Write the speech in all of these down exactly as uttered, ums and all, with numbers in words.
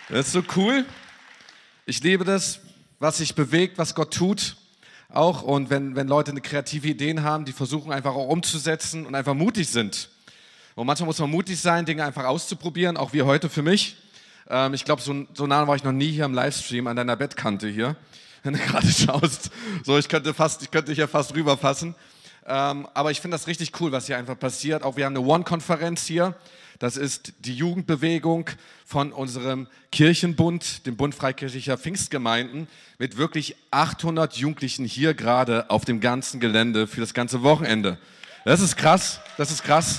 Das ist so cool. Ich liebe das, was sich bewegt, was Gott tut. Auch und wenn, wenn Leute eine kreative Ideen haben, die versuchen einfach auch umzusetzen und einfach mutig sind. Und manchmal muss man mutig sein, Dinge einfach auszuprobieren, auch wie heute für mich. Ähm, ich glaube, so, so nah war ich noch nie hier im Livestream an deiner Bettkante hier, wenn du gerade schaust. So, ich könnte fast, ich könnte hier fast rüberfassen. Ähm, aber ich finde das richtig cool, was hier einfach passiert. Auch wir haben eine One-Konferenz hier. Das ist die Jugendbewegung von unserem Kirchenbund, dem Bund Freikirchlicher Pfingstgemeinden, mit wirklich achthundert Jugendlichen hier gerade auf dem ganzen Gelände für das ganze Wochenende. Das ist krass, das ist krass.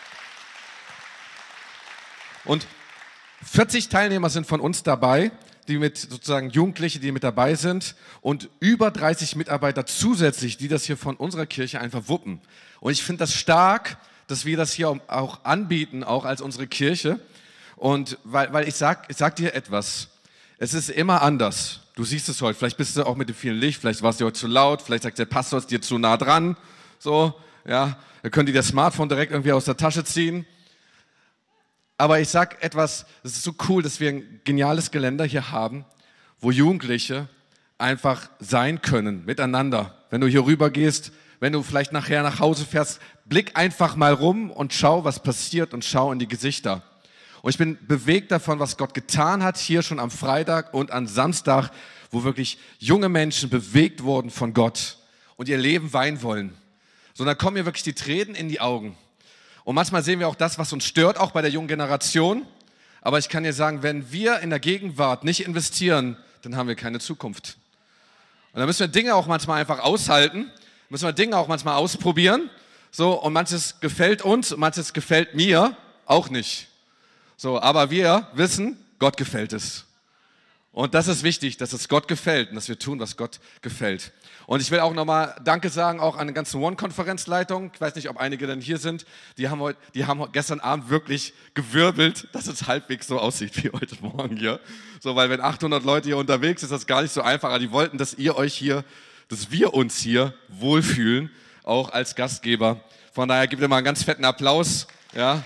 Und vierzig Teilnehmer sind von uns dabei, die mit sozusagen Jugendliche, die mit dabei sind, und über dreißig Mitarbeiter zusätzlich, die das hier von unserer Kirche einfach wuppen. Und ich finde das stark, dass wir das hier auch anbieten, auch als unsere Kirche. Und weil, weil ich sag, ich sag dir etwas, es ist immer anders. Du siehst es heute, vielleicht bist du auch mit dem vielen Licht, vielleicht warst du heute zu laut, vielleicht sagt der Pastor, es ist dir zu nah dran, so, ja, dann können die das Smartphone direkt irgendwie aus der Tasche ziehen. Aber ich sag etwas, es ist so cool, dass wir ein geniales Geländer hier haben, wo Jugendliche einfach sein können, miteinander. Wenn du hier rüber gehst, wenn du vielleicht nachher nach Hause fährst, blick einfach mal rum und schau, was passiert und schau in die Gesichter. Und ich bin bewegt davon, was Gott getan hat, hier schon am Freitag und am Samstag, wo wirklich junge Menschen bewegt wurden von Gott und ihr Leben weihen wollen. So, dann kommen mir wirklich die Tränen in die Augen. Und manchmal sehen wir auch das, was uns stört, auch bei der jungen Generation. Aber ich kann dir sagen, wenn wir in der Gegenwart nicht investieren, dann haben wir keine Zukunft. Und dann müssen wir Dinge auch manchmal einfach aushalten, müssen wir Dinge auch manchmal ausprobieren. So, und manches gefällt uns und manches gefällt mir auch nicht. So, aber wir wissen, Gott gefällt es. Und das ist wichtig, dass es Gott gefällt und dass wir tun, was Gott gefällt. Und ich will auch nochmal Danke sagen, auch an die ganze One-Konferenzleitung. Ich weiß nicht, ob einige denn hier sind. Die haben, heute, die haben gestern Abend wirklich gewirbelt, dass es halbwegs so aussieht wie heute Morgen hier. So, weil wenn achthundert Leute hier unterwegs sind, ist das gar nicht so einfach. Aber die wollten, dass ihr euch hier, dass wir uns hier wohlfühlen, auch als Gastgeber. Von daher gibt ihr mal einen ganz fetten Applaus. Ja.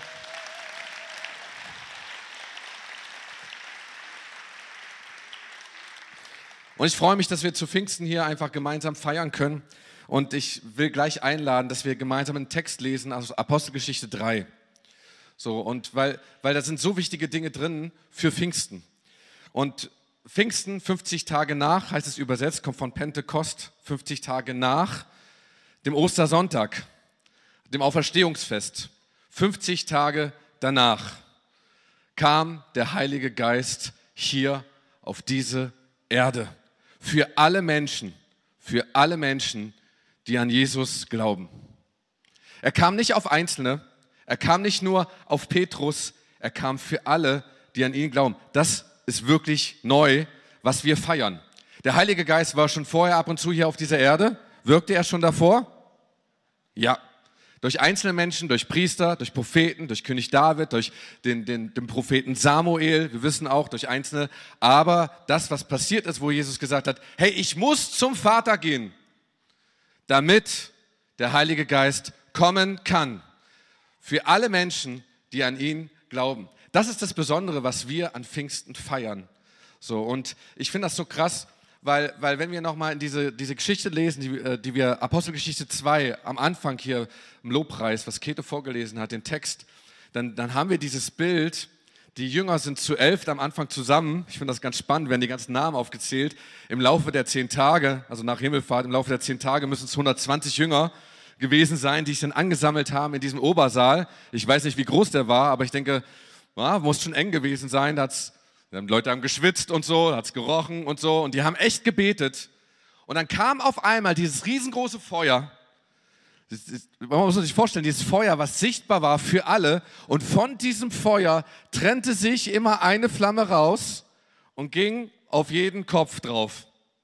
Und ich freue mich, dass wir zu Pfingsten hier einfach gemeinsam feiern können. Und ich will gleich einladen, dass wir gemeinsam einen Text lesen aus Apostelgeschichte drei. So, und weil, weil da sind so wichtige Dinge drin für Pfingsten. Und Pfingsten, fünfzig Tage nach, heißt es übersetzt, kommt von Pentekost, fünfzig Tage nach dem Ostersonntag, dem Auferstehungsfest. fünfzig Tage danach kam der Heilige Geist hier auf diese Erde. Für alle Menschen, für alle Menschen, die an Jesus glauben. Er kam nicht auf Einzelne, er kam nicht nur auf Petrus, er kam für alle, die an ihn glauben. Das ist wirklich neu, was wir feiern. Der Heilige Geist war schon vorher ab und zu hier auf dieser Erde. Wirkte er schon davor? Ja. Durch einzelne Menschen, durch Priester, durch Propheten, durch König David, durch den, den, den Propheten Samuel, wir wissen auch, durch Einzelne. Aber das, was passiert ist, wo Jesus gesagt hat, hey, ich muss zum Vater gehen, damit der Heilige Geist kommen kann. Für alle Menschen, die an ihn glauben. Das ist das Besondere, was wir an Pfingsten feiern. So, und ich finde das so krass, Weil, weil wenn wir nochmal in diese, diese Geschichte lesen, die, die wir, Apostelgeschichte zwei, am Anfang hier im Lobpreis, was Käthe vorgelesen hat, den Text, dann, dann haben wir dieses Bild, die Jünger sind zu elf am Anfang zusammen, ich finde das ganz spannend, werden die ganzen Namen aufgezählt, im Laufe der zehn Tage, also nach Himmelfahrt, im Laufe der zehn Tage müssen es hundertzwanzig Jünger gewesen sein, die sich dann angesammelt haben in diesem Obersaal. Ich weiß nicht, wie groß der war, aber ich denke, ja, muss schon eng gewesen sein, da hat's Leute haben geschwitzt und so, hat es gerochen und so und die haben echt gebetet. Und dann kam auf einmal dieses riesengroße Feuer. Das ist, man muss sich vorstellen, dieses Feuer, was sichtbar war für alle. Und von diesem Feuer trennte sich immer eine Flamme raus und ging auf jeden Kopf drauf.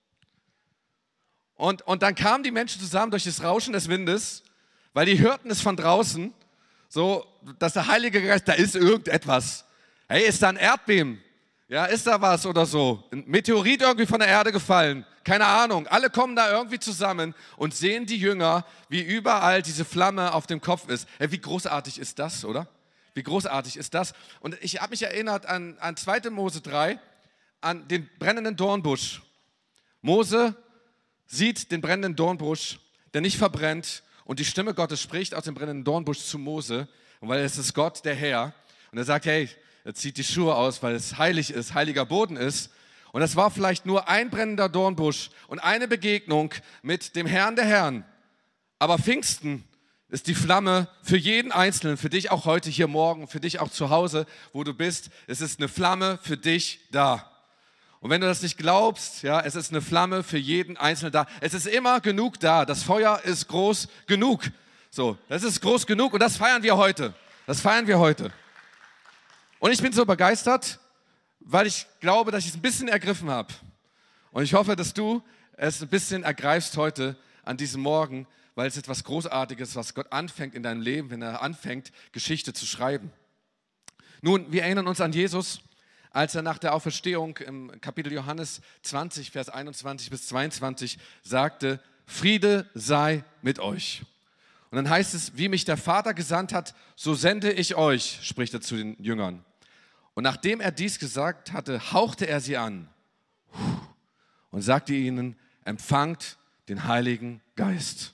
Und, und dann kamen die Menschen zusammen durch das Rauschen des Windes, weil die hörten es von draußen, so, dass der Heilige Geist, da ist irgendetwas. Hey, ist da ein Erdbeben? Ja, ist da was oder so? Ein Meteorit irgendwie von der Erde gefallen? Keine Ahnung. Alle kommen da irgendwie zusammen und sehen die Jünger, wie überall diese Flamme auf dem Kopf ist. Hey, wie großartig ist das, oder? Wie großartig ist das? Und ich habe mich erinnert an, an zweite Mose drei, an den brennenden Dornbusch. Mose sieht den brennenden Dornbusch, der nicht verbrennt, und die Stimme Gottes spricht aus dem brennenden Dornbusch zu Mose, und weil es ist Gott, der Herr, und er sagt, hey, er zieht die Schuhe aus, weil es heilig ist, heiliger Boden ist. Und das war vielleicht nur ein brennender Dornbusch und eine Begegnung mit dem Herrn der Herren. Aber Pfingsten ist die Flamme für jeden Einzelnen, für dich auch heute hier morgen, für dich auch zu Hause, wo du bist. Es ist eine Flamme für dich da. Und wenn du das nicht glaubst, ja, es ist eine Flamme für jeden Einzelnen da. Es ist immer genug da. Das Feuer ist groß genug. So, das ist groß genug und das feiern wir heute. Das feiern wir heute. Und ich bin so begeistert, weil ich glaube, dass ich es ein bisschen ergriffen habe. Und ich hoffe, dass du es ein bisschen ergreifst heute an diesem Morgen, weil es etwas Großartiges, was Gott anfängt in deinem Leben, wenn er anfängt, Geschichte zu schreiben. Nun, wir erinnern uns an Jesus, als er nach der Auferstehung im Kapitel Johannes zwanzig, Vers einundzwanzig bis zweiundzwanzig sagte, Friede sei mit euch. Und dann heißt es, wie mich der Vater gesandt hat, so sende ich euch, spricht er zu den Jüngern. Und nachdem er dies gesagt hatte, hauchte er sie an und sagte ihnen, empfangt den Heiligen Geist.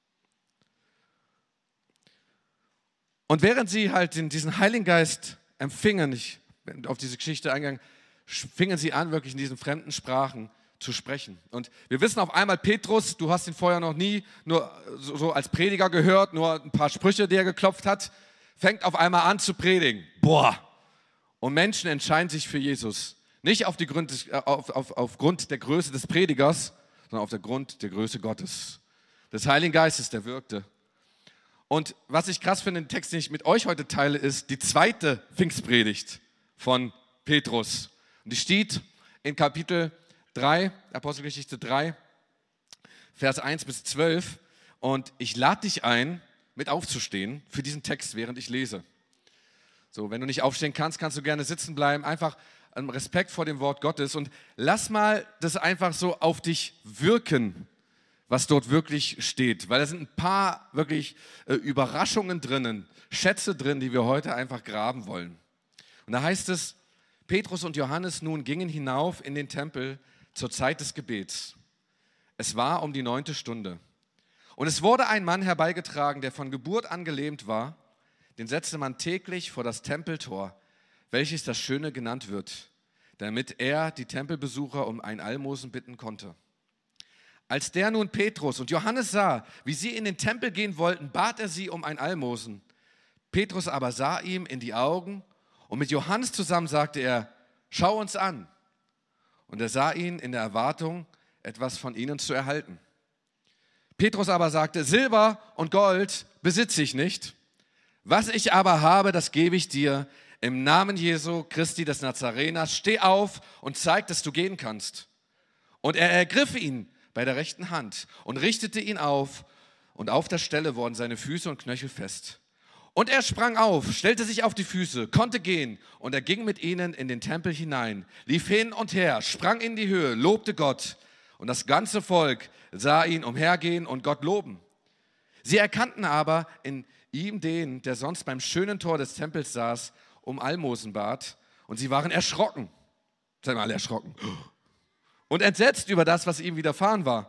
Und während sie halt diesen Heiligen Geist empfingen, ich bin auf diese Geschichte eingegangen, fingen sie an, wirklich in diesen fremden Sprachen zu sprechen. Und wir wissen auf einmal, Petrus, du hast ihn vorher noch nie nur so, so als Prediger gehört, nur ein paar Sprüche, die er geklopft hat, fängt auf einmal an zu predigen. Boah! Und Menschen entscheiden sich für Jesus. Nicht auf die Grund, auf, auf, aufgrund der Größe des Predigers, sondern auf der Grund der Größe Gottes. Des Heiligen Geistes, der wirkte. Und was ich krass finde, den Text, den ich mit euch heute teile, ist die zweite Pfingstpredigt von Petrus. Und die steht in Kapitel drei, Apostelgeschichte drei, Vers eins bis zwölf. Und ich lade dich ein, mit aufzustehen für diesen Text, während ich lese. So, wenn du nicht aufstehen kannst, kannst du gerne sitzen bleiben. Einfach im Respekt vor dem Wort Gottes. Und lass mal das einfach so auf dich wirken, was dort wirklich steht. Weil da sind ein paar wirklich äh, Überraschungen drinnen, Schätze drin, die wir heute einfach graben wollen. Und da heißt es, Petrus und Johannes nun gingen hinauf in den Tempel zur Zeit des Gebets. Es war um die neunte Stunde. Und es wurde ein Mann herbeigetragen, der von Geburt an gelähmt war. Den setzte man täglich vor das Tempeltor, welches das Schöne genannt wird, damit er die Tempelbesucher um ein Almosen bitten konnte. Als der nun Petrus und Johannes sah, wie sie in den Tempel gehen wollten, bat er sie um ein Almosen. Petrus aber sah ihm in die Augen und mit Johannes zusammen sagte er, schau uns an. Und er sah ihn in der Erwartung, etwas von ihnen zu erhalten. Petrus aber sagte, Silber und Gold besitze ich nicht. Was ich aber habe, das gebe ich dir. Im Namen Jesu Christi des Nazareners, steh auf und zeig, dass du gehen kannst. Und er ergriff ihn bei der rechten Hand und richtete ihn auf. Und auf der Stelle wurden seine Füße und Knöchel fest. Und er sprang auf, stellte sich auf die Füße, konnte gehen. Und er ging mit ihnen in den Tempel hinein, lief hin und her, sprang in die Höhe, lobte Gott. Und das ganze Volk sah ihn umhergehen und Gott loben. Sie erkannten aber in ihm den, der sonst beim schönen Tor des Tempels saß, um Almosen bat, und sie waren erschrocken. Seid mal alle erschrocken. Und entsetzt über das, was ihm widerfahren war.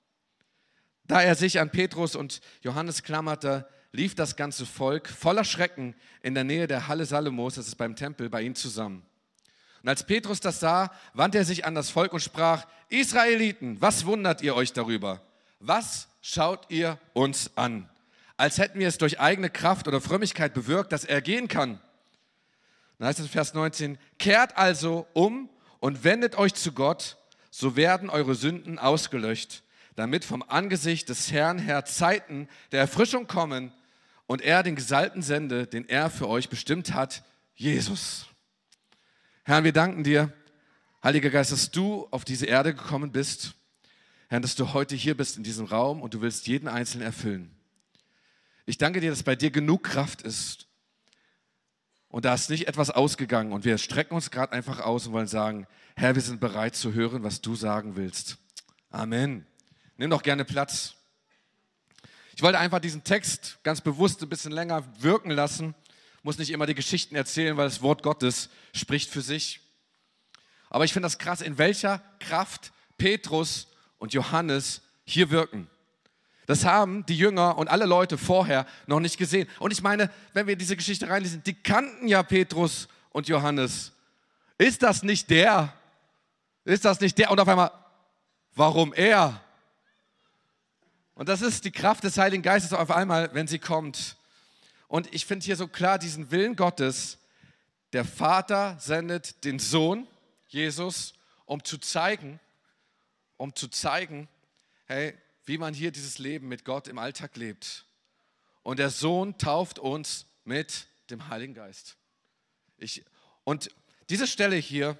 Da er sich an Petrus und Johannes klammerte, lief das ganze Volk voller Schrecken in der Nähe der Halle Salomos, das ist beim Tempel, bei ihnen zusammen. Und als Petrus das sah, wandte er sich an das Volk und sprach, Israeliten, was wundert ihr euch darüber? Was schaut ihr uns an? Als hätten wir es durch eigene Kraft oder Frömmigkeit bewirkt, dass er gehen kann. Dann heißt es in Vers neunzehn, kehrt also um und wendet euch zu Gott, so werden eure Sünden ausgelöscht, damit vom Angesicht des Herrn her Zeiten der Erfrischung kommen und er den Gesalbten sende, den er für euch bestimmt hat, Jesus. Herr, wir danken dir, Heiliger Geist, dass du auf diese Erde gekommen bist. Herr, dass du heute hier bist in diesem Raum und du willst jeden Einzelnen erfüllen. Ich danke dir, dass bei dir genug Kraft ist und da ist nicht etwas ausgegangen und wir strecken uns gerade einfach aus und wollen sagen, Herr, wir sind bereit zu hören, was du sagen willst. Amen. Nimm doch gerne Platz. Ich wollte einfach diesen Text ganz bewusst ein bisschen länger wirken lassen muss nicht immer die Geschichten erzählen, weil das Wort Gottes spricht für sich. Aber ich finde das krass, in welcher Kraft Petrus und Johannes hier wirken. Das haben die Jünger und alle Leute vorher noch nicht gesehen. Und ich meine, wenn wir diese Geschichte reinlesen, die kannten ja Petrus und Johannes. Ist das nicht der? Ist das nicht der? Und auf einmal, warum er? Und das ist die Kraft des Heiligen Geistes auf einmal, wenn sie kommt. Und ich finde hier so klar diesen Willen Gottes. Der Vater sendet den Sohn, Jesus, um zu zeigen, um zu zeigen, hey, wie man hier dieses Leben mit Gott im Alltag lebt. Und der Sohn tauft uns mit dem Heiligen Geist. Ich, und diese Stelle hier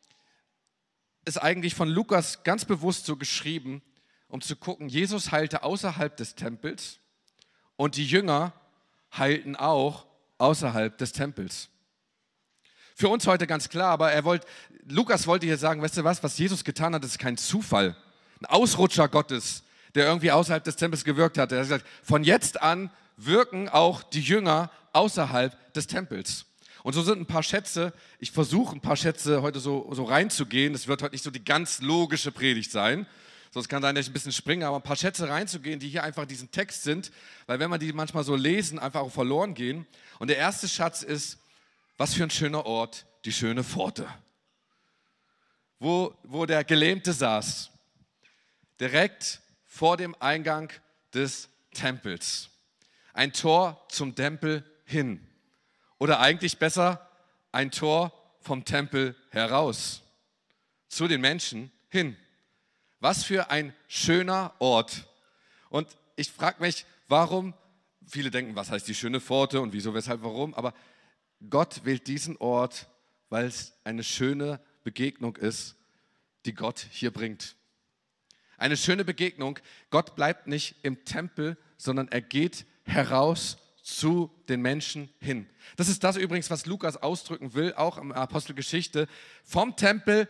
ist eigentlich von Lukas ganz bewusst so geschrieben, um zu gucken, Jesus heilte außerhalb des Tempels und die Jünger heilten auch außerhalb des Tempels. Für uns heute ganz klar, aber er wollte, Lukas wollte hier sagen, weißt du was, was Jesus getan hat, ist kein Zufall, ein Ausrutscher Gottes, der irgendwie außerhalb des Tempels gewirkt hat. Er hat gesagt, von jetzt an wirken auch die Jünger außerhalb des Tempels. Und so sind ein paar Schätze, ich versuche ein paar Schätze heute so, so reinzugehen, es wird heute nicht so die ganz logische Predigt sein, so es kann sein, dass ich ein bisschen springe, aber ein paar Schätze reinzugehen, die hier einfach in diesem Text sind, weil wenn man die manchmal so lesen, einfach auch verloren gehen. Und der erste Schatz ist, was für ein schöner Ort, die schöne Pforte, wo, wo der Gelähmte saß, direkt vor dem Eingang des Tempels. Ein Tor zum Tempel hin. Oder eigentlich besser, ein Tor vom Tempel heraus. Zu den Menschen hin. Was für ein schöner Ort. Und ich frage mich, warum, viele denken, was heißt die schöne Pforte und wieso, weshalb, warum, aber Gott wählt diesen Ort, weil es eine schöne Begegnung ist, die Gott hier bringt. Eine schöne Begegnung. Gott bleibt nicht im Tempel, sondern er geht heraus zu den Menschen hin. Das ist das übrigens, was Lukas ausdrücken will, auch in der Apostelgeschichte. Vom Tempel,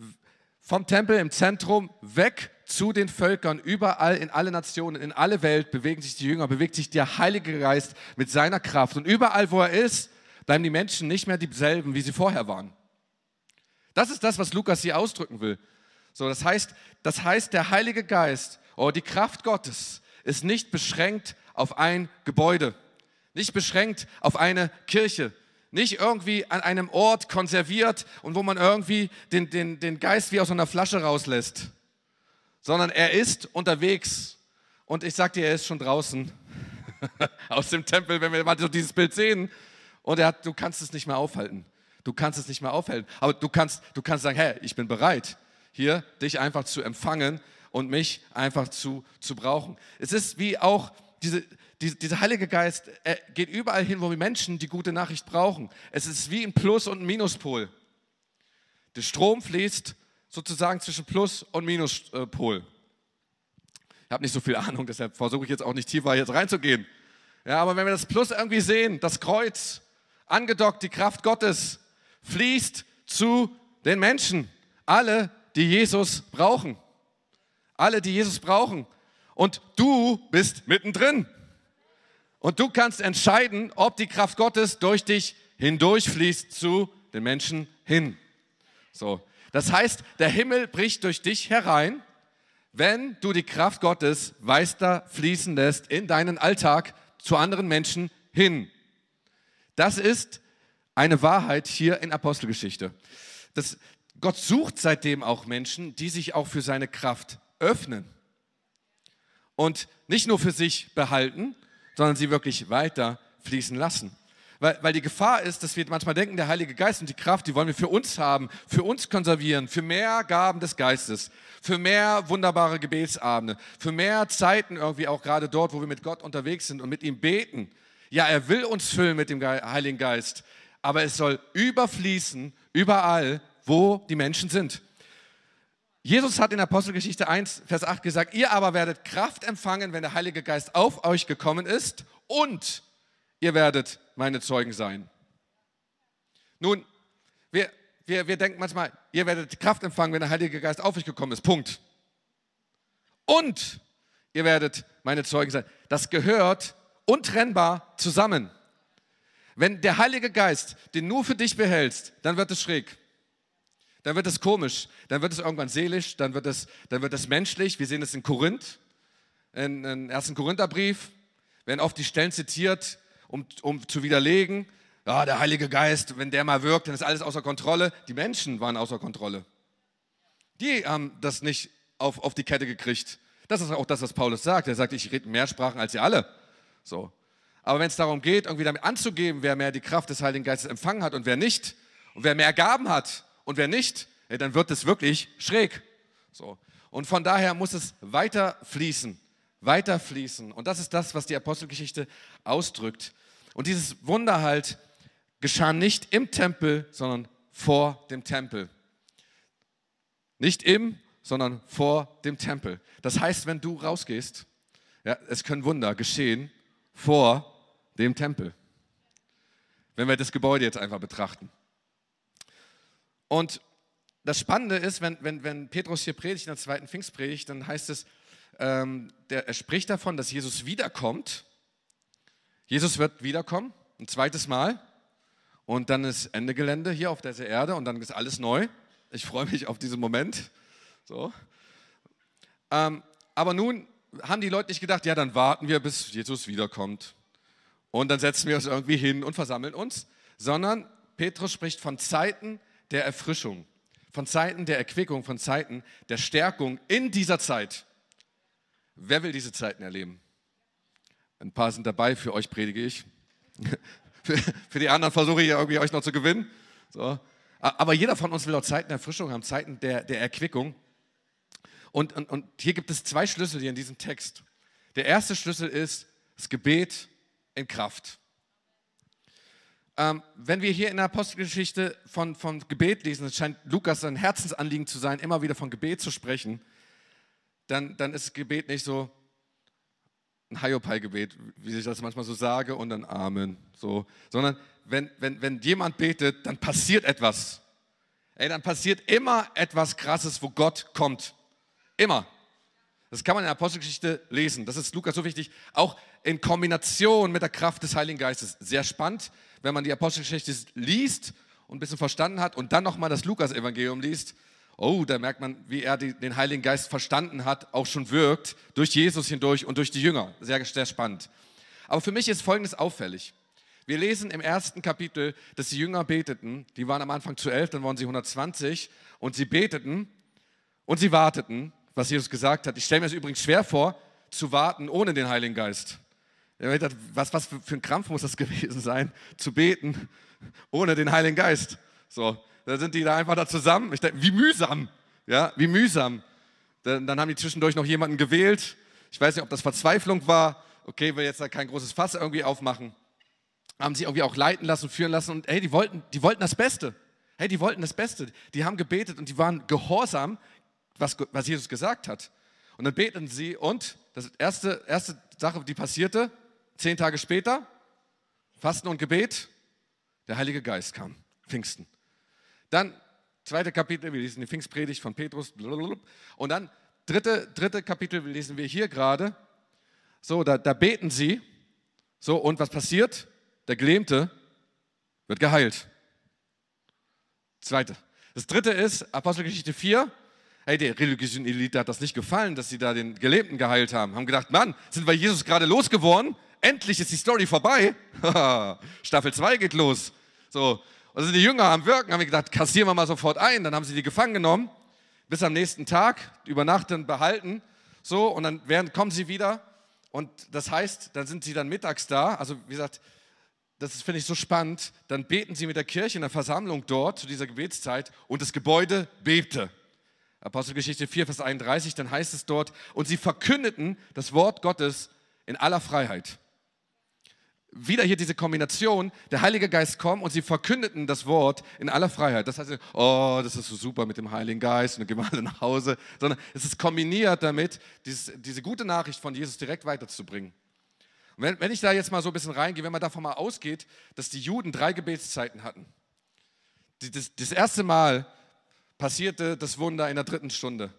vom Tempel im Zentrum weg zu den Völkern, überall in alle Nationen, in alle Welt bewegen sich die Jünger, bewegt sich der Heilige Geist mit seiner Kraft. Und überall, wo er ist, bleiben die Menschen nicht mehr dieselben, wie sie vorher waren. Das ist das, was Lukas hier ausdrücken will. So, das heißt, das heißt, der Heilige Geist, oh, die Kraft Gottes ist nicht beschränkt auf ein Gebäude, nicht beschränkt auf eine Kirche, nicht irgendwie an einem Ort konserviert und wo man irgendwie den, den, den Geist wie aus einer Flasche rauslässt, sondern er ist unterwegs und ich sag dir, er ist schon draußen aus dem Tempel, wenn wir mal so dieses Bild sehen und er hat, du kannst es nicht mehr aufhalten, du kannst es nicht mehr aufhalten, aber du kannst, du kannst sagen, hey, ich bin bereit, hier dich einfach zu empfangen und mich einfach zu, zu brauchen. Es ist wie auch diese, diese, dieser Heilige Geist, er geht überall hin, wo wir Menschen die gute Nachricht brauchen. Es ist wie ein Plus- und ein Minuspol. Der Strom fließt sozusagen zwischen Plus- und Minuspol. Ich habe nicht so viel Ahnung, deshalb versuche ich jetzt auch nicht tiefer jetzt reinzugehen. Ja, aber wenn wir das Plus irgendwie sehen, das Kreuz, angedockt, die Kraft Gottes, fließt zu den Menschen. Alle, die Jesus brauchen. Alle, die Jesus brauchen. Und du bist mittendrin. Und du kannst entscheiden, ob die Kraft Gottes durch dich hindurchfließt zu den Menschen hin. So. Das heißt, der Himmel bricht durch dich herein, wenn du die Kraft Gottes weiter fließen lässt in deinen Alltag zu anderen Menschen hin. Das ist eine Wahrheit hier in Apostelgeschichte. Das, Gott sucht seitdem auch Menschen, die sich auch für seine Kraft öffnen und nicht nur für sich behalten, sondern sie wirklich weiter fließen lassen. Weil, weil die Gefahr ist, dass wir manchmal denken, der Heilige Geist und die Kraft, die wollen wir für uns haben, für uns konservieren, für mehr Gaben des Geistes, für mehr wunderbare Gebetsabende, für mehr Zeiten irgendwie auch gerade dort, wo wir mit Gott unterwegs sind und mit ihm beten. Ja, er will uns füllen mit dem Heiligen Geist, aber es soll überfließen, überall, wo die Menschen sind. Jesus hat in Apostelgeschichte eins, Vers acht gesagt, ihr aber werdet Kraft empfangen, wenn der Heilige Geist auf euch gekommen ist und ihr werdet meine Zeugen sein. Nun, wir, wir, wir denken manchmal, ihr werdet Kraft empfangen, wenn der Heilige Geist auf euch gekommen ist. Punkt. Und ihr werdet meine Zeugen sein. Das gehört untrennbar zusammen. Wenn der Heilige Geist den nur für dich behältst, dann wird es schräg. Dann wird es komisch, dann wird es irgendwann seelisch, dann wird es, dann wird es menschlich. Wir sehen es in Korinth, in, in ersten Korintherbrief, werden oft die Stellen zitiert, um, um zu widerlegen, ja, der Heilige Geist, wenn der mal wirkt, dann ist alles außer Kontrolle. Die Menschen waren außer Kontrolle. Die haben das nicht auf, auf die Kette gekriegt. Das ist auch das, was Paulus sagt. Er sagt, ich rede mehr Sprachen als ihr alle. So. Aber wenn es darum geht, irgendwie damit anzugeben, wer mehr die Kraft des Heiligen Geistes empfangen hat und wer nicht, und wer mehr Gaben hat und wer nicht, dann wird es wirklich schräg. So. Und von daher muss es weiter fließen, weiter fließen. Und das ist das, was die Apostelgeschichte ausdrückt. Und dieses Wunder halt geschah nicht im Tempel, sondern vor dem Tempel. Nicht im, sondern vor dem Tempel. Das heißt, wenn du rausgehst, ja, es können Wunder geschehen vor dem Tempel. Wenn wir das Gebäude jetzt einfach betrachten. Und das Spannende ist, wenn, wenn, wenn Petrus hier predigt in der zweiten Pfingstpredigt, dann heißt es, ähm, der, er spricht davon, dass Jesus wiederkommt. Jesus wird wiederkommen, ein zweites Mal. Und dann ist Ende Gelände hier auf dieser Erde und dann ist alles neu. Ich freue mich auf diesen Moment. So. Ähm, aber nun haben die Leute nicht gedacht, ja, dann warten wir, bis Jesus wiederkommt. Und dann setzen wir uns irgendwie hin und versammeln uns. Sondern Petrus spricht von Zeiten der Erfrischung, von Zeiten der Erquickung, von Zeiten der Stärkung in dieser Zeit. Wer will diese Zeiten erleben? Ein paar sind dabei, für euch predige ich. Für die anderen versuche ich irgendwie euch noch zu gewinnen. So. Aber jeder von uns will auch Zeiten der Erfrischung haben, Zeiten der, der Erquickung. Und, und, und hier gibt es zwei Schlüssel hier in diesem Text. Der erste Schlüssel ist das Gebet in Kraft. Ähm, wenn wir hier in der Apostelgeschichte von, von Gebet lesen, es scheint Lukas ein Herzensanliegen zu sein, immer wieder von Gebet zu sprechen, dann, dann ist Gebet nicht so ein Hiopai-Gebet, wie ich das manchmal so sage, und dann Amen, so, sondern wenn, wenn, wenn jemand betet, dann passiert etwas. Ey, dann passiert immer etwas Krasses, wo Gott kommt. Immer. Das kann man in der Apostelgeschichte lesen. Das ist Lukas so wichtig. Auch in Kombination mit der Kraft des Heiligen Geistes. Sehr spannend, wenn man die Apostelgeschichte liest und ein bisschen verstanden hat und dann nochmal das Lukas-Evangelium liest. Oh, da merkt man, wie er die, den Heiligen Geist verstanden hat, auch schon wirkt, durch Jesus hindurch und durch die Jünger. Sehr, sehr spannend. Aber für mich ist Folgendes auffällig. Wir lesen im ersten Kapitel, dass die Jünger beteten. Die waren am Anfang zu elf, dann waren sie hundertzwanzig. Und sie beteten und sie warteten, was Jesus gesagt hat. Ich stelle mir das übrigens schwer vor, zu warten ohne den Heiligen Geist. Was, was für ein Krampf muss das gewesen sein, zu beten ohne den Heiligen Geist. So. Da sind die da einfach da zusammen. Ich denke, wie mühsam, ja, wie mühsam. Dann, dann haben die zwischendurch noch jemanden gewählt. Ich weiß nicht, ob das Verzweiflung war. Okay, will jetzt da kein großes Fass irgendwie aufmachen. Haben sich irgendwie auch leiten lassen, führen lassen. Und hey, die wollten, die wollten das Beste. Hey, die wollten das Beste. Die haben gebetet und die waren gehorsam, was, was Jesus gesagt hat. Und dann beteten sie und das erste, erste Sache, die passierte, zehn Tage später, Fasten und Gebet, der Heilige Geist kam, Pfingsten. Dann, zweite Kapitel, wir lesen die Pfingstpredigt von Petrus. Und dann, dritte, dritte Kapitel, lesen wir hier gerade. So, da, da beten sie. So, und was passiert? Der Gelähmte wird geheilt. Zweite. Das dritte ist, Apostelgeschichte vier. Hey, der religiösen Elite hat das nicht gefallen, dass sie da den Gelähmten geheilt haben. Haben gedacht, Mann, sind wir Jesus gerade losgeworden? Endlich ist die Story vorbei. Staffel zwei geht los. So. Also die Jünger am Wirken, haben wir gedacht, kassieren wir mal sofort ein. Dann haben sie die gefangen genommen, bis am nächsten Tag, über Nacht dann behalten. So, und dann werden, kommen sie wieder. Und das heißt, dann sind sie dann mittags da. Also wie gesagt, das finde ich so spannend. Dann beten sie mit der Kirche in der Versammlung dort zu dieser Gebetszeit und das Gebäude bebte. Apostelgeschichte vier, Vers einunddreißig, dann heißt es dort, und sie verkündeten das Wort Gottes in aller Freiheit. Wieder hier diese Kombination, der Heilige Geist kommt und sie verkündeten das Wort in aller Freiheit. Das heißt, oh, das ist so super mit dem Heiligen Geist und dann gehen wir alle nach Hause. Sondern es ist kombiniert damit, dieses, diese gute Nachricht von Jesus direkt weiterzubringen. Und wenn, wenn ich da jetzt mal so ein bisschen reingehe, wenn man davon mal ausgeht, dass die Juden drei Gebetszeiten hatten. Die, das, das erste Mal passierte das Wunder in der dritten Stunde.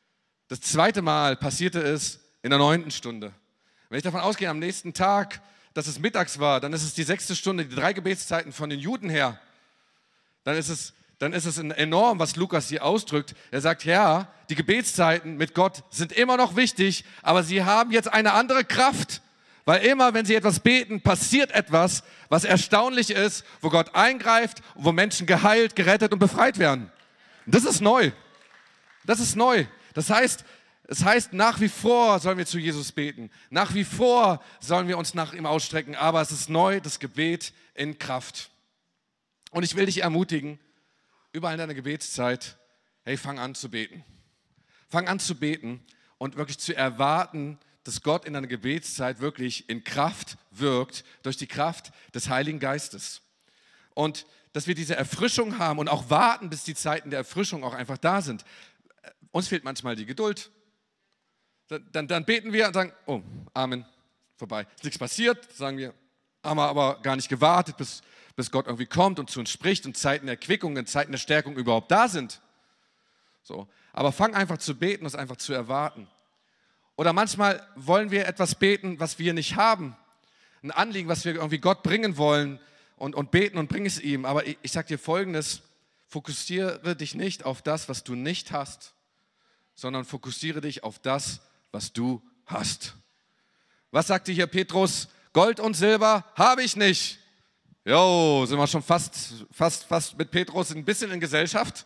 Das zweite Mal passierte es in der neunten Stunde. Wenn ich davon ausgehe, am nächsten Tag dass es mittags war, dann ist es die sechste Stunde, die drei Gebetszeiten von den Juden her. Dann ist es, dann ist es enorm, was Lukas hier ausdrückt. Er sagt, ja, die Gebetszeiten mit Gott sind immer noch wichtig, aber sie haben jetzt eine andere Kraft. Weil immer, wenn sie etwas beten, passiert etwas, was erstaunlich ist, wo Gott eingreift, wo Menschen geheilt, gerettet und befreit werden. Das ist neu. Das ist neu. Das heißt, es heißt, nach wie vor sollen wir zu Jesus beten. Nach wie vor sollen wir uns nach ihm ausstrecken. Aber es ist neu, das Gebet in Kraft. Und ich will dich ermutigen, überall in deiner Gebetszeit, hey, fang an zu beten. Fang an zu beten und wirklich zu erwarten, dass Gott in deiner Gebetszeit wirklich in Kraft wirkt, durch die Kraft des Heiligen Geistes. Und dass wir diese Erfrischung haben und auch warten, bis die Zeiten der Erfrischung auch einfach da sind. Uns fehlt manchmal die Geduld. Dann, dann, dann beten wir und sagen, oh, Amen, vorbei. Ist nichts passiert, sagen wir, haben wir aber gar nicht gewartet, bis, bis Gott irgendwie kommt und zu uns spricht und Zeiten der Erquickung und Zeiten der Stärkung überhaupt da sind. So. Aber fang einfach zu beten und es einfach zu erwarten. Oder manchmal wollen wir etwas beten, was wir nicht haben. Ein Anliegen, was wir irgendwie Gott bringen wollen und, und beten und bring es ihm. Aber ich, ich sage dir Folgendes, fokussiere dich nicht auf das, was du nicht hast, sondern fokussiere dich auf das, was du hast. Was sagte hier Petrus? Gold und Silber habe ich nicht. Jo, sind wir schon fast, fast, fast mit Petrus ein bisschen in Gesellschaft.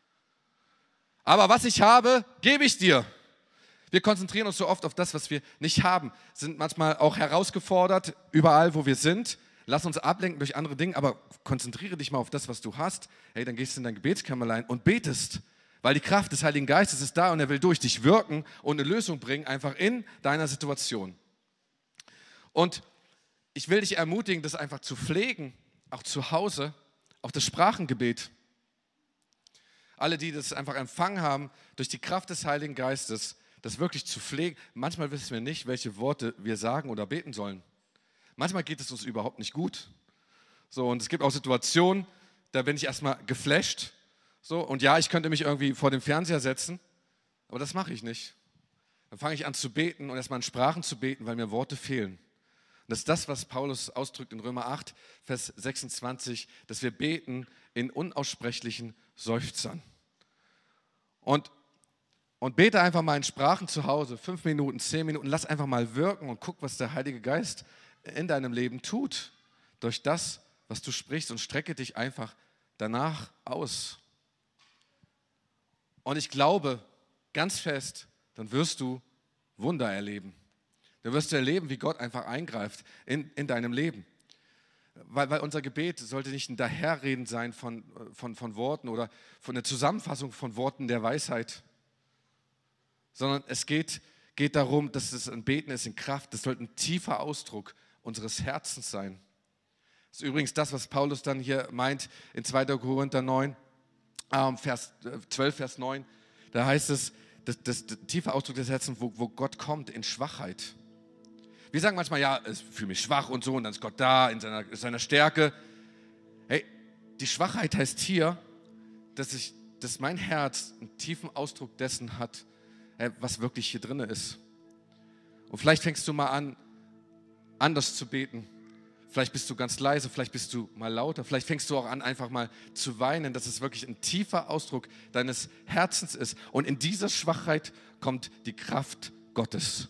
Aber was ich habe, gebe ich dir. Wir konzentrieren uns so oft auf das, was wir nicht haben, sind manchmal auch herausgefordert, überall, wo wir sind. Lass uns ablenken durch andere Dinge, aber konzentriere dich mal auf das, was du hast. Hey, dann gehst du in dein Gebetskämmerlein und betest, weil die Kraft des Heiligen Geistes ist da und er will durch dich wirken und eine Lösung bringen, einfach in deiner Situation. Und ich will dich ermutigen, das einfach zu pflegen, auch zu Hause, auch das Sprachengebet. Alle, die das einfach empfangen haben, durch die Kraft des Heiligen Geistes, das wirklich zu pflegen. Manchmal wissen wir nicht, welche Worte wir sagen oder beten sollen. Manchmal geht es uns überhaupt nicht gut. So, und es gibt auch Situationen, da bin ich erstmal geflasht. So, und ja, ich könnte mich irgendwie vor den Fernseher setzen, aber das mache ich nicht. Dann fange ich an zu beten und erstmal in Sprachen zu beten, weil mir Worte fehlen. Und das ist das, was Paulus ausdrückt in Römer acht, Vers sechsundzwanzig, dass wir beten in unaussprechlichen Seufzern. Und Und bete einfach mal in Sprachen zu Hause, fünf Minuten, zehn Minuten, lass einfach mal wirken und guck, was der Heilige Geist in deinem Leben tut. Durch das, was du sprichst und strecke dich einfach danach aus. Und ich glaube ganz fest, dann wirst du Wunder erleben. Dann wirst du erleben, wie Gott einfach eingreift in, in deinem Leben. Weil, weil unser Gebet sollte nicht ein Daherreden sein von, von, von Worten oder von der Zusammenfassung von Worten der Weisheit, sondern es geht, geht darum, dass es ein Beten ist in Kraft. Das sollte ein tiefer Ausdruck unseres Herzens sein. Das ist übrigens das, was Paulus dann hier meint in zweiter Korinther neun, ähm, Vers zwölf, Vers neun. Da heißt es, das, das, das tiefe Ausdruck des Herzens, wo, wo Gott kommt in Schwachheit. Wir sagen manchmal, ja, ich fühle mich schwach und so, und dann ist Gott da in seiner, in seiner Stärke. Hey, die Schwachheit heißt hier, dass, ich, dass mein Herz einen tiefen Ausdruck dessen hat, was wirklich hier drin ist. Und vielleicht fängst du mal an, anders zu beten. Vielleicht bist du ganz leise, vielleicht bist du mal lauter, vielleicht fängst du auch an, einfach mal zu weinen, dass es wirklich ein tiefer Ausdruck deines Herzens ist. Und in dieser Schwachheit kommt die Kraft Gottes.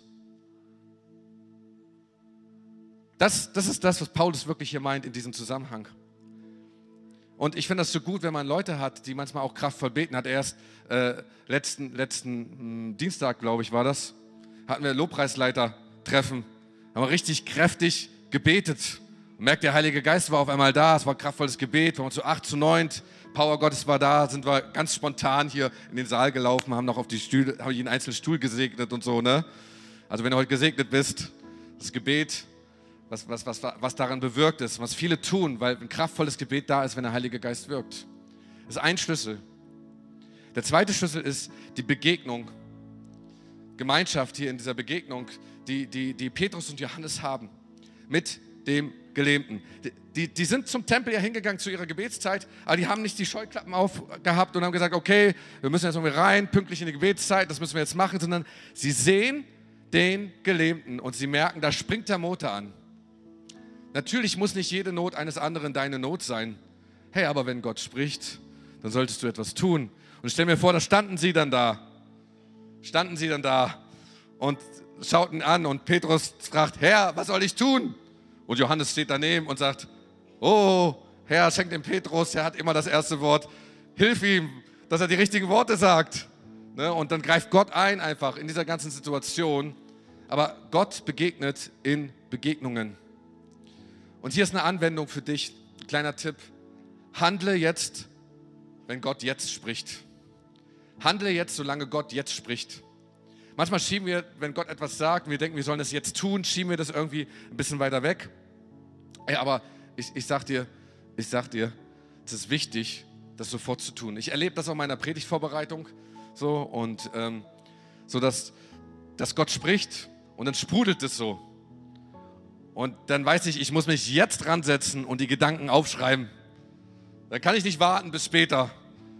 Das, das ist das, was Paulus wirklich hier meint in diesem Zusammenhang. Und ich finde das so gut, wenn man Leute hat, die manchmal auch kraftvoll beten. Hat erst äh, letzten, letzten mh, Dienstag, glaube ich, war das, hatten wir Lobpreisleiter-Treffen. Haben wir richtig kräftig gebetet. Und merkt, der Heilige Geist war auf einmal da. Es war kraftvolles Gebet. Wir waren zu acht, zu neun. Power Gottes war da. Sind wir ganz spontan hier in den Saal gelaufen, haben noch auf die Stühle, haben jeden einzelnen Stuhl gesegnet und so, ne? Also wenn du heute gesegnet bist, das Gebet, Was, was, was, was daran bewirkt ist, was viele tun, weil ein kraftvolles Gebet da ist, wenn der Heilige Geist wirkt. Das ist ein Schlüssel. Der zweite Schlüssel ist die Begegnung, Gemeinschaft hier in dieser Begegnung, die, die, die Petrus und Johannes haben mit dem Gelähmten. Die, die, die sind zum Tempel ja hingegangen zu ihrer Gebetszeit, aber die haben nicht die Scheuklappen aufgehabt und haben gesagt, okay, wir müssen jetzt irgendwie rein, pünktlich in die Gebetszeit, das müssen wir jetzt machen, sondern sie sehen den Gelähmten und sie merken, da springt der Motor an. Natürlich muss nicht jede Not eines anderen deine Not sein. Hey, aber wenn Gott spricht, dann solltest du etwas tun. Und ich stell mir vor, da standen sie dann da. Standen sie dann da und schauten an und Petrus fragt, Herr, was soll ich tun? Und Johannes steht daneben und sagt, oh, Herr, schenk dem Petrus, er hat immer das erste Wort, hilf ihm, dass er die richtigen Worte sagt. Ne? Und dann greift Gott ein einfach in dieser ganzen Situation. Aber Gott begegnet in Begegnungen. Und hier ist eine Anwendung für dich, ein kleiner Tipp. Handle jetzt, wenn Gott jetzt spricht. Handle jetzt, solange Gott jetzt spricht. Manchmal schieben wir, wenn Gott etwas sagt und wir denken, wir sollen das jetzt tun, schieben wir das irgendwie ein bisschen weiter weg. Ey, aber ich, ich sag dir, ich sag dir, es ist wichtig, das sofort zu tun. Ich erlebe das auch in meiner Predigtvorbereitung so und ähm, so, dass, dass Gott spricht und dann sprudelt es so. Und dann weiß ich, ich muss mich jetzt ransetzen und die Gedanken aufschreiben. Dann kann ich nicht warten bis später.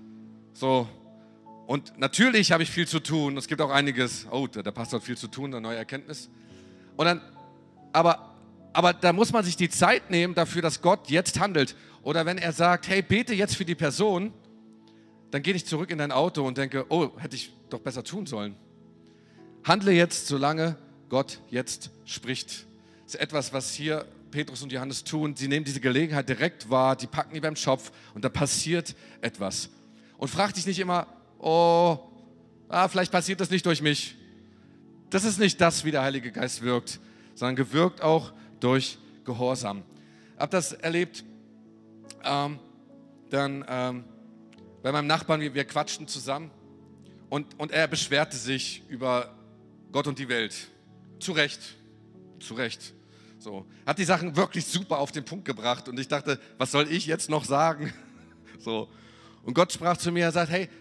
So. Und natürlich habe ich viel zu tun. Es gibt auch einiges. Oh, der Pastor hat viel zu tun, eine neue Erkenntnis. Und dann, aber, aber da muss man sich die Zeit nehmen dafür, dass Gott jetzt handelt. Oder wenn er sagt, hey, bete jetzt für die Person, dann gehe ich zurück in dein Auto und denke, oh, hätte ich doch besser tun sollen. Handle jetzt, solange Gott jetzt spricht. Das ist etwas, was hier Petrus und Johannes tun. Sie nehmen diese Gelegenheit direkt wahr, die packen die beim Schopf und da passiert etwas. Und frag dich nicht immer, oh, ah, vielleicht passiert das nicht durch mich. Das ist nicht das, wie der Heilige Geist wirkt, sondern gewirkt auch durch Gehorsam. Ich habe das erlebt, ähm, dann ähm, bei meinem Nachbarn, wir, wir quatschten zusammen und, und er beschwerte sich über Gott und die Welt. Zu Recht, zu Recht. So. Hat die Sachen wirklich super auf den Punkt gebracht und ich dachte, was soll ich jetzt noch sagen? So. Und Gott sprach zu mir, er sagt, hey,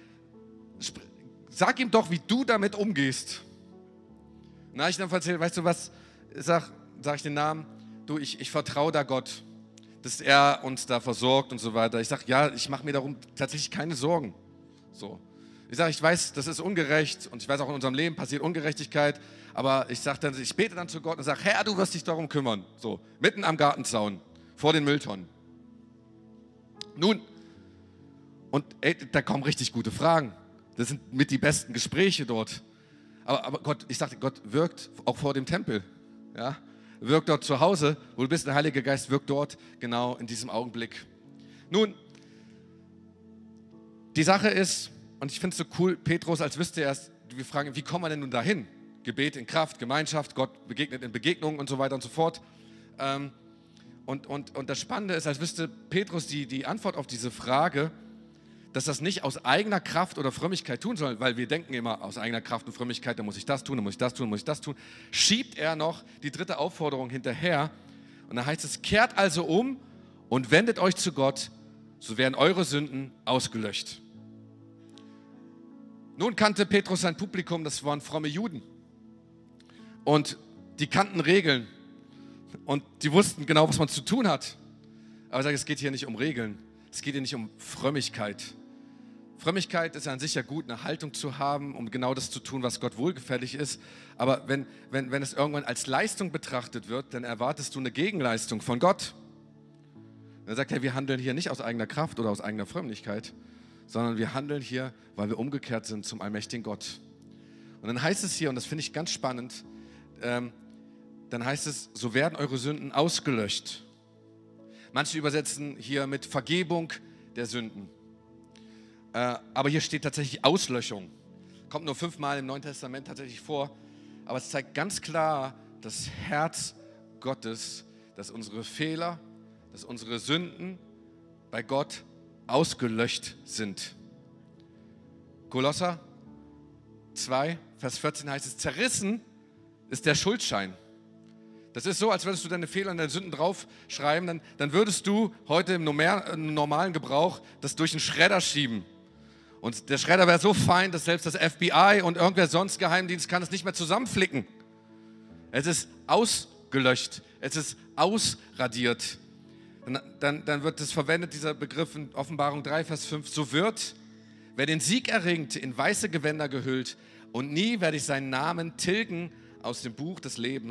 sag ihm doch, wie du damit umgehst. Na, ich dann erzählt, weißt du was, sag, sag ich den Namen, du, ich, ich vertraue da Gott, dass er uns da versorgt und so weiter. Ich sage, ja, ich mache mir darum tatsächlich keine Sorgen. So. Ich sage, ich weiß, das ist ungerecht und ich weiß auch in unserem Leben passiert Ungerechtigkeit, aber ich sage dann, ich bete dann zu Gott und sage, Herr, du wirst dich darum kümmern. So, mitten am Gartenzaun, vor den Mülltonnen. Nun, und ey, da kommen richtig gute Fragen. Das sind mit die besten Gespräche dort. Aber, aber Gott, ich sagte, Gott wirkt auch vor dem Tempel. Ja? Wirkt dort zu Hause, wo du bist, der Heilige Geist wirkt dort genau in diesem Augenblick. Nun, die Sache ist, und ich finde es so cool, Petrus, als wüsste er es, wir fragen, wie kommen wir denn nun dahin? Gebet in Kraft, Gemeinschaft, Gott begegnet in Begegnungen und so weiter und so fort. Ähm, und, und, und das Spannende ist, als wüsste Petrus die, die Antwort auf diese Frage, dass das nicht aus eigener Kraft oder Frömmigkeit tun soll, weil wir denken immer, aus eigener Kraft und Frömmigkeit, da muss ich das tun, da muss ich das tun, da muss ich das tun, schiebt er noch die dritte Aufforderung hinterher. Und da heißt es, kehrt also um und wendet euch zu Gott, so werden eure Sünden ausgelöscht. Nun kannte Petrus sein Publikum, das waren fromme Juden. Und die kannten Regeln. Und die wussten genau, was man zu tun hat. Aber ich sage, es geht hier nicht um Regeln. Es geht hier nicht um Frömmigkeit. Frömmigkeit ist an sich ja gut, eine Haltung zu haben, um genau das zu tun, was Gott wohlgefällig ist. Aber wenn, wenn, wenn es irgendwann als Leistung betrachtet wird, dann erwartest du eine Gegenleistung von Gott. Und er sagt, hey, wir handeln hier nicht aus eigener Kraft oder aus eigener Frömmigkeit, sondern wir handeln hier, weil wir umgekehrt sind zum allmächtigen Gott. Und dann heißt es hier, und das finde ich ganz spannend, ähm, dann heißt es, so werden eure Sünden ausgelöscht. Manche übersetzen hier mit Vergebung der Sünden. Äh, aber hier steht tatsächlich Auslöschung. Kommt nur fünfmal im Neuen Testament tatsächlich vor. Aber es zeigt ganz klar das Herz Gottes, dass unsere Fehler, dass unsere Sünden bei Gott ausgelöscht sind. Kolosser zwei, Vers vierzehn heißt es, zerrissen ist der Schuldschein. Das ist so, als würdest du deine Fehler und deine Sünden draufschreiben, dann, dann würdest du heute im normalen Gebrauch das durch einen Schredder schieben. Und der Schredder wäre so fein, dass selbst das F B I und irgendwer sonst Geheimdienst kann es nicht mehr zusammenflicken. Es ist ausgelöscht, es ist ausradiert. Dann, dann, dann wird es verwendet, dieser Begriff in Offenbarung drei, Vers fünf, so wird, wer den Sieg erringt, in weiße Gewänder gehüllt und nie werde ich seinen Namen tilgen aus dem Buch des Lebens.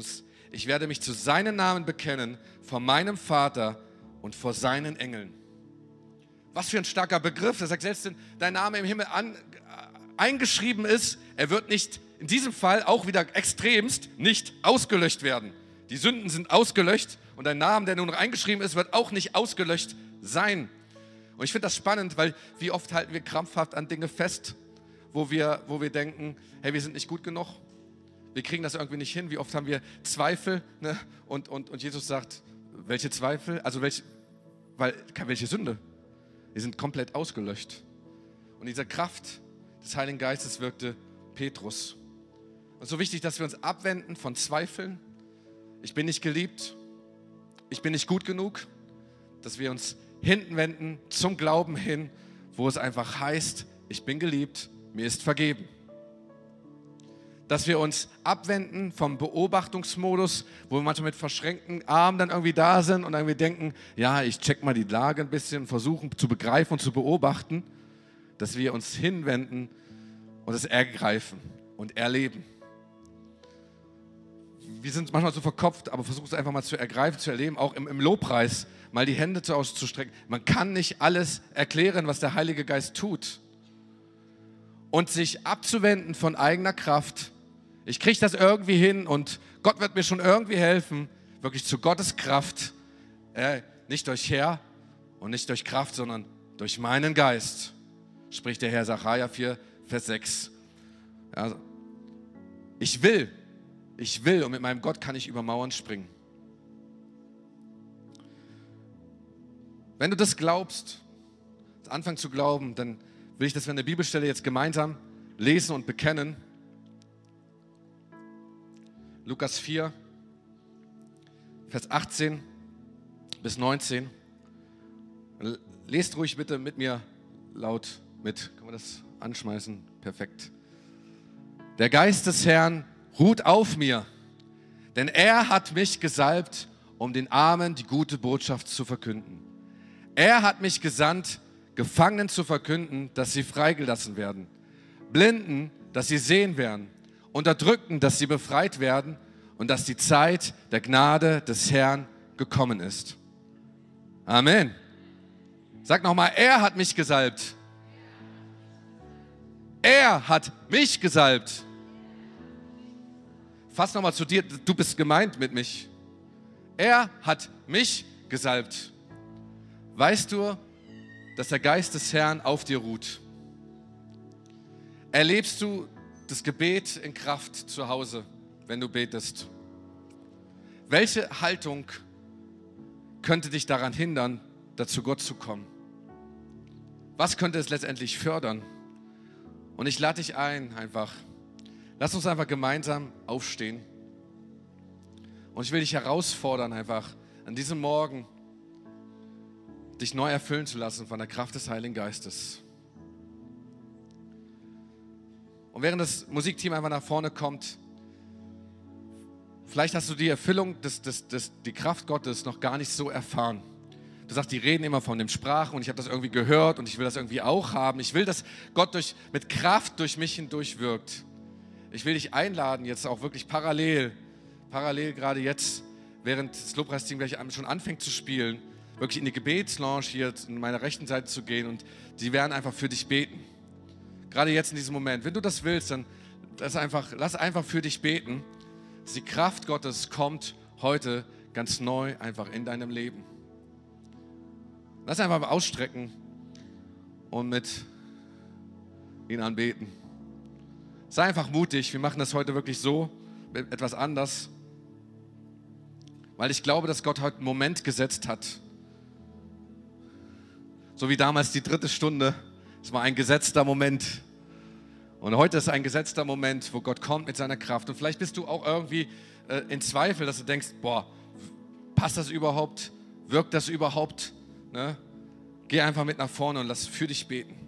Ich werde mich zu seinen Namen bekennen, vor meinem Vater und vor seinen Engeln. Was für ein starker Begriff. Er sagt, selbst wenn dein Name im Himmel an, eingeschrieben ist, er wird nicht, in diesem Fall auch wieder extremst, nicht ausgelöscht werden. Die Sünden sind ausgelöscht und dein Name, der nur noch eingeschrieben ist, wird auch nicht ausgelöscht sein. Und ich finde das spannend, weil wie oft halten wir krampfhaft an Dinge fest, wo wir, wo wir denken, hey, wir sind nicht gut genug, wir kriegen das irgendwie nicht hin. Wie oft haben wir Zweifel, ne? und, und, und Jesus sagt, welche Zweifel? Also welche, weil, welche Sünde? Die sind komplett ausgelöscht. Und diese Kraft des Heiligen Geistes wirkte Petrus. Und so wichtig, dass wir uns abwenden von Zweifeln. Ich bin nicht geliebt, ich bin nicht gut genug, dass wir uns hinten wenden zum Glauben hin, wo es einfach heißt, ich bin geliebt, mir ist vergeben. Dass wir uns abwenden vom Beobachtungsmodus, wo wir manchmal mit verschränkten Armen dann irgendwie da sind und irgendwie denken, ja, ich check mal die Lage ein bisschen, versuchen zu begreifen und zu beobachten, dass wir uns hinwenden und es ergreifen und erleben. Wir sind manchmal so verkopft, aber versuchen es einfach mal zu ergreifen, zu erleben, auch im, im Lobpreis mal die Hände zu auszustrecken. Man kann nicht alles erklären, was der Heilige Geist tut. Und sich abzuwenden von eigener Kraft, ich kriege das irgendwie hin und Gott wird mir schon irgendwie helfen, wirklich zu Gottes Kraft, äh, nicht durch Herr und nicht durch Kraft, sondern durch meinen Geist, spricht der Herr, Sacharja vier, Vers sechs. Ja, ich will, ich will und mit meinem Gott kann ich über Mauern springen. Wenn du das glaubst, anfangen zu glauben, dann will ich, dass wir eine Bibelstelle jetzt gemeinsam lesen und bekennen. Lukas vier, Vers achtzehn bis neunzehn. Lest ruhig bitte mit mir laut mit. Können wir das anschmeißen? Perfekt. Der Geist des Herrn ruht auf mir, denn er hat mich gesalbt, um den Armen die gute Botschaft zu verkünden. Er hat mich gesandt, Gefangenen zu verkünden, dass sie freigelassen werden, Blinden, dass sie sehen werden, Unterdrückten, dass sie befreit werden und dass die Zeit der Gnade des Herrn gekommen ist. Amen. Sag nochmal, er hat mich gesalbt. Er hat mich gesalbt. Fass nochmal zu dir, du bist gemeint mit mich. Er hat mich gesalbt. Weißt du, dass der Geist des Herrn auf dir ruht? Erlebst du das Gebet in Kraft zu Hause, wenn du betest? Welche Haltung könnte dich daran hindern, dazu Gott zu kommen? Was könnte es letztendlich fördern? Und ich lade dich ein, einfach, lass uns einfach gemeinsam aufstehen. Und ich will dich herausfordern, einfach an diesem Morgen dich neu erfüllen zu lassen von der Kraft des Heiligen Geistes. Und während das Musikteam einfach nach vorne kommt, vielleicht hast du die Erfüllung, des, des, des, die Kraft Gottes noch gar nicht so erfahren. Du sagst, die reden immer von den Sprachen und ich habe das irgendwie gehört und ich will das irgendwie auch haben. Ich will, dass Gott durch, mit Kraft durch mich hindurch wirkt. Ich will dich einladen, jetzt auch wirklich parallel, parallel gerade jetzt, während das Lobpreisteam gleich schon anfängt zu spielen, wirklich in die Gebetslounge hier in meiner rechten Seite zu gehen und sie werden einfach für dich beten. Gerade jetzt in diesem Moment. Wenn du das willst, dann das einfach, lass einfach für dich beten, dass die Kraft Gottes kommt heute ganz neu einfach in deinem Leben. Lass einfach mal ausstrecken und mit ihn anbeten. Sei einfach mutig, wir machen das heute wirklich so, etwas anders, weil ich glaube, dass Gott heute einen Moment gesetzt hat. So wie damals die dritte Stunde, es war ein gesetzter Moment. Und heute ist ein gesetzter Moment, wo Gott kommt mit seiner Kraft. Und vielleicht bist du auch irgendwie äh, in Zweifel, dass du denkst, boah, passt das überhaupt? Wirkt das überhaupt? Ne? Geh einfach mit nach vorne und lass für dich beten.